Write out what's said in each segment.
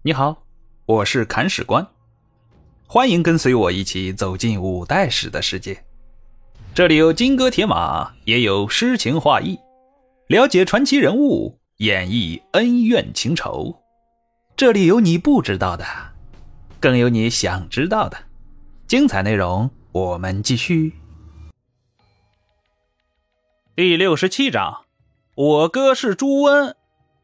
你好，我是砍史官，欢迎跟随我一起走进五代史的世界。这里有金戈铁马，也有诗情画意，了解传奇人物，演绎恩怨情仇。这里有你不知道的，更有你想知道的。精彩内容，我们继续。第67章，我哥是朱温。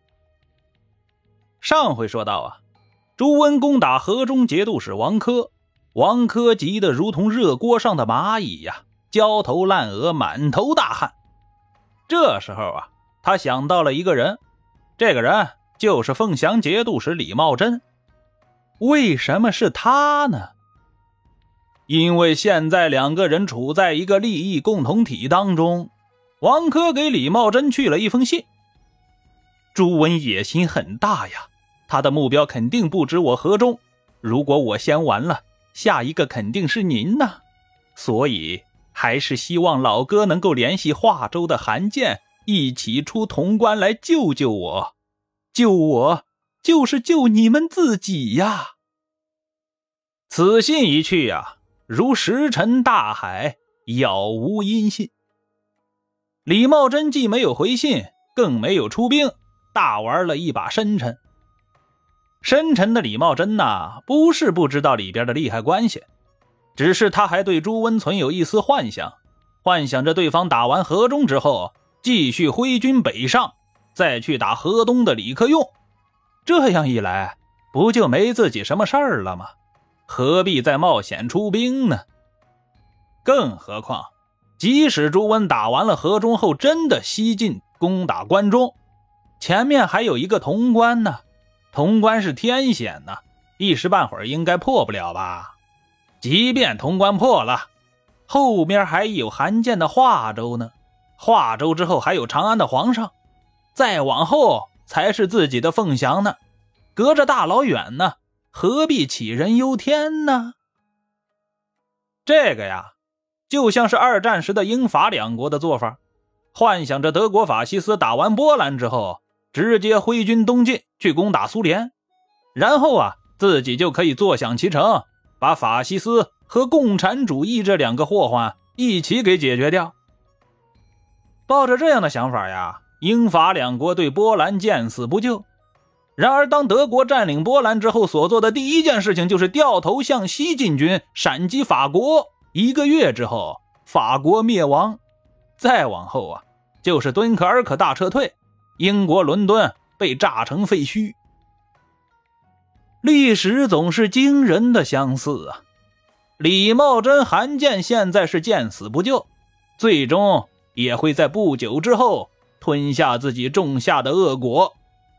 上回说到啊，朱温攻打河中节度使王珂，王珂急得如同热锅上的蚂蚁呀，焦头烂额，满头大汗。这时候啊，他想到了一个人，这个人就是凤翔节度使李茂贞。为什么是他呢？因为现在两个人处在一个利益共同体当中。王珂给李茂贞去了一封信。朱温野心很大呀，他的目标肯定不止我河中，如果我先完了，下一个肯定是您呢。所以还是希望老哥能够联系华州的韩建，一起出潼关来救救我。救我就是救你们自己呀。此信一去呀，如石沉大海，杳无音信。李茂贞既没有回信，更没有出兵，大玩了一把深沉。深沉的李茂贞呐，不是不知道里边的利害关系，只是他还对朱温存有一丝幻想，幻想着对方打完河中之后，继续挥军北上，再去打河东的李克用。这样一来，不就没自己什么事儿了吗？何必再冒险出兵呢？更何况即使朱温打完了河中后真的西进攻打关中，前面还有一个潼关呢，潼关是天险呢，一时半会儿应该破不了吧。即便潼关破了，后面还有韩建的华州呢，华州之后还有长安的皇上，再往后才是自己的凤翔呢，隔着大老远呢，何必杞人忧天呢？这个呀，就像是二战时的英法两国的做法，幻想着德国法西斯打完波兰之后，直接挥军东进去攻打苏联，然后啊，自己就可以坐享其成，把法西斯和共产主义这两个祸患一起给解决掉。抱着这样的想法呀，英法两国对波兰见死不救。然而当德国占领波兰之后所做的第一件事情就是掉头向西进军，闪击法国。1个月之后，法国灭亡。再往后啊，就是敦刻尔克大撤退，英国伦敦被炸成废墟。历史总是惊人的相似啊！李茂贞、韩建现在是见死不救，最终也会在不久之后吞下自己种下的恶果。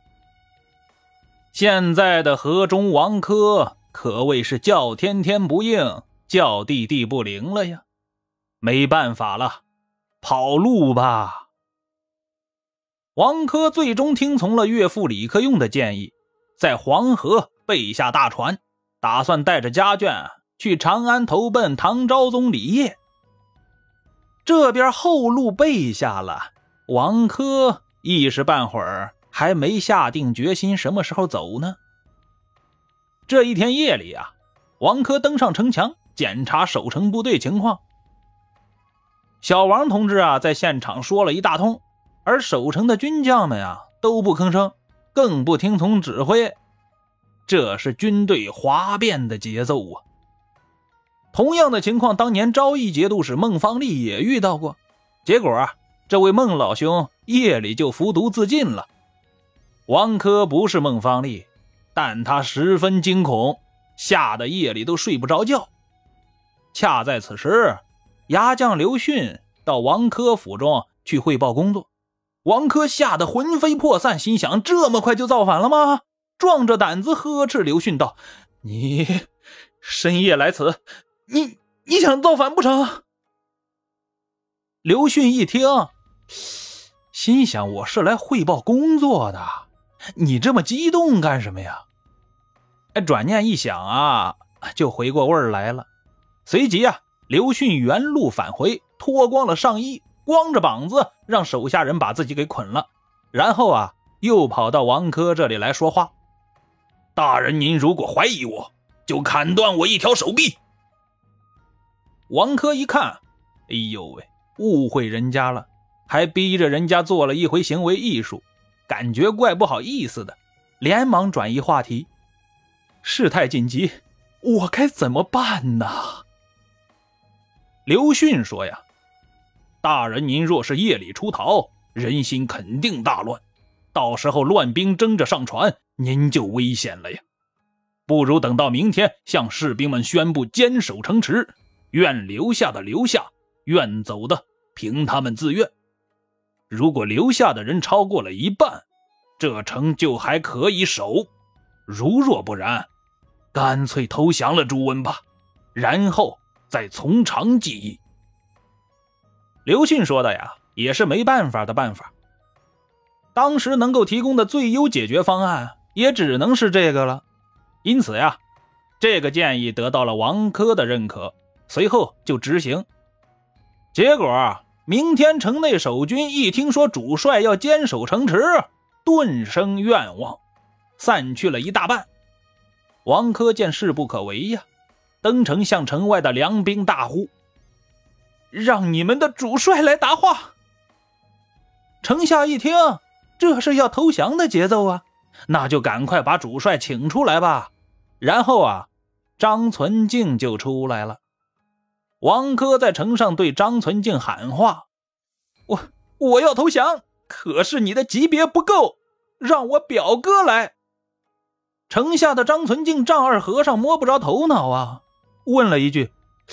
现在的河中王珂可谓是叫天天不应，叫地地不灵了呀。没办法了，跑路吧。王珂最终听从了岳父李克用的建议，在黄河备下大船，打算带着家眷去长安投奔唐昭宗李晔。这边后路备下了，王珂一时半会儿还没下定决心什么时候走呢。这一天夜里啊，王珂登上城墙检查守城部队情况。小王同志啊，在现场说了一大通，而守城的军将们啊都不吭声，更不听从指挥。这是军队哗变的节奏啊！同样的情况，当年昭义节度使孟方利也遇到过，结果啊，这位孟老兄夜里就服毒自尽了。王珂不是孟方利，但他十分惊恐，吓得夜里都睡不着觉。恰在此时，牙将刘训到王珂府中去汇报工作。王珂吓得魂飞魄散，心想这么快就造反了吗？壮着胆子呵斥刘训道：你深夜来此，你想造反不成？刘训一听，心想我是来汇报工作的，你这么激动干什么呀？转念一想啊，就回过味儿来了。随即啊，刘训原路返回，脱光了上衣，光着膀子让手下人把自己给捆了，然后啊又跑到王珂这里来说话。 大人您如果怀疑我，就砍断我一条手臂。王珂一看，哎呦喂，误会人家了，还逼着人家做了一回行为艺术，感觉怪不好意思的，连忙转移话题。事态紧急，我该怎么办呢？刘训说呀，大人您若是夜里出逃，人心肯定大乱，到时候乱兵争着上船，您就危险了呀。不如等到明天向士兵们宣布坚守城池，愿留下的留下，愿走的凭他们自愿。如果留下的人超过了一半，这城就还可以守，如若不然，干脆投降了朱温吧，然后再从长计议。刘训说的呀，也是没办法的办法。当时能够提供的最优解决方案，也只能是这个了。因此呀，这个建议得到了王珂的认可，随后就执行。结果明天城内守军一听说主帅要坚守城池，顿生愿望，散去了一大半。王珂见势不可为呀，登城向城外的良兵大呼：让你们的主帅来答话。城下一听，这是要投降的节奏啊，那就赶快把主帅请出来吧。然后张存敬就出来了。王珂在城上对张存敬喊话：我要投降，可是你的级别不够，让我表哥来。城下的张存敬丈二和尚摸不着头脑啊，问了一句：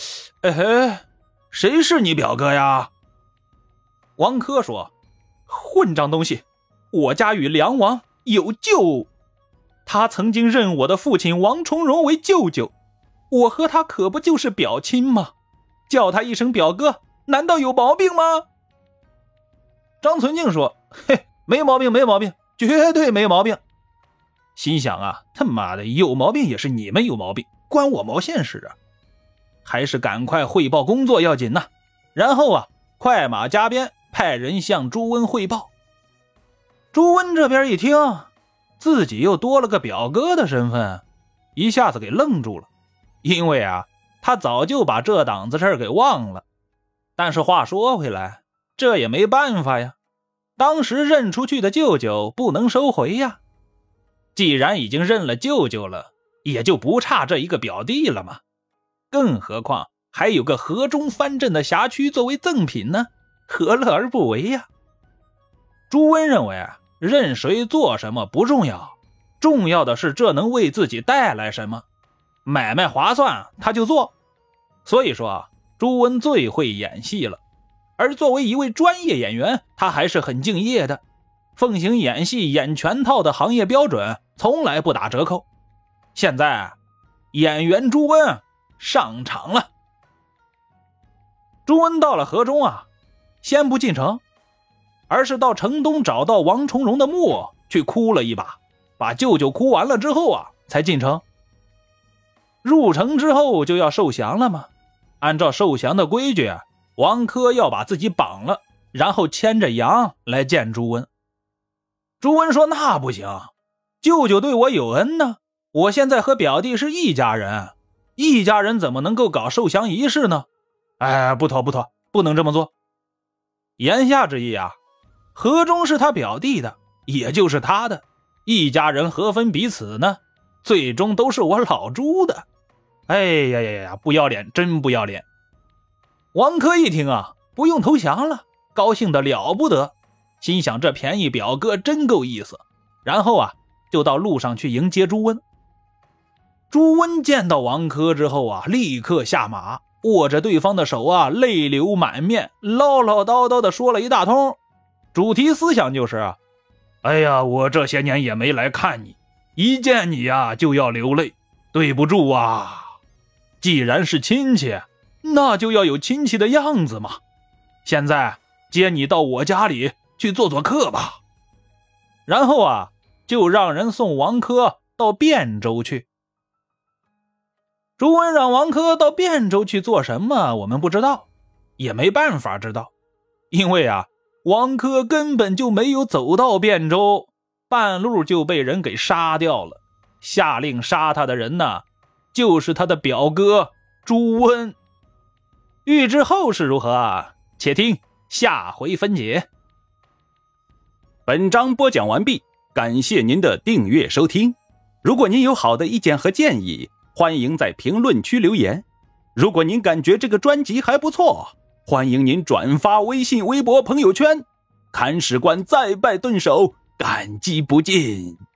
谁是你表哥呀？王珂说：混账东西，我家与梁王有旧，他曾经认我的父亲王重荣为舅舅，我和他可不就是表亲吗？叫他一声表哥，难道有毛病吗？张存敬说：没毛病，没毛病，绝对没毛病。心想他妈的，有毛病也是你们有毛病，关我毛线事啊？还是赶快汇报工作要紧呐。然后快马加鞭，派人向朱温汇报。朱温这边一听，自己又多了个表哥的身份，一下子给愣住了。因为他早就把这档子事给忘了。但是话说回来，这也没办法呀，当时认出去的舅舅不能收回呀。既然已经认了舅舅了，也就不差这一个表弟了嘛。更何况还有个河中藩镇的辖区作为赠品呢，何乐而不为呀？朱温认为认谁做什么不重要，重要的是这能为自己带来什么，买卖划算他就做。所以说朱温最会演戏了，而作为一位专业演员，他还是很敬业的，奉行演戏演全套的行业标准，从来不打折扣。现在演员朱温上场了。朱温到了河中先不进城，而是到城东找到王重荣的墓去哭了一把，把舅舅哭完了之后才进城。入城之后就要受降了嘛，按照受降的规矩，王珂要把自己绑了，然后牵着羊来见朱温。朱温说：那不行，舅舅对我有恩呢，我现在和表弟是一家人，一家人怎么能够搞受降仪式呢？不妥，不能这么做。言下之意河中是他表弟的，也就是他的，一家人何分彼此呢？最终都是我老朱的。不要脸，真不要脸。王珂一听不用投降了，高兴得了不得，心想这便宜表哥真够意思，然后就到路上去迎接朱温。朱温见到王珂之后立刻下马，握着对方的手泪流满面，唠唠叨叨的说了一大通，主题思想就是我这些年也没来看你，一见你就要流泪，对不住既然是亲戚，那就要有亲戚的样子嘛。现在接你到我家里去做做客吧。然后就让人送王珂到汴州去。朱温让王珂到汴州去做什么我们不知道，也没办法知道，因为王珂根本就没有走到汴州，半路就被人给杀掉了， 下令杀他的人呢，就是他的表哥朱温。欲知后事如何，且听下回分解。 本章播讲完毕，感谢您的订阅收听。如果您有好的意见和建议，欢迎在评论区留言。如果您感觉这个专辑还不错，欢迎您转发微信、微博、朋友圈。看史官再拜顿首，感激不尽。